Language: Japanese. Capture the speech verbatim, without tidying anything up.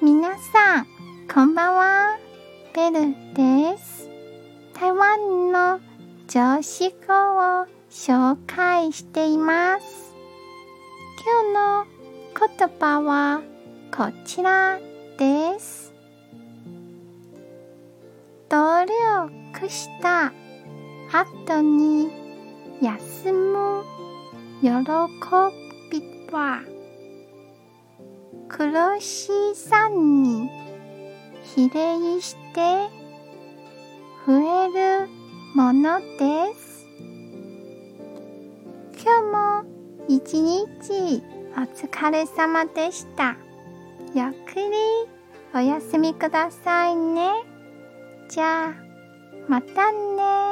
皆さん、こんばんは。ベルです。台湾の常識語を紹介しています。今日の言葉はこちらです。努力した後に休む喜びは苦しさに比例して増えるものです。今日も一日お疲れ様でした。ゆっくりお休みくださいね。じゃあ、またね。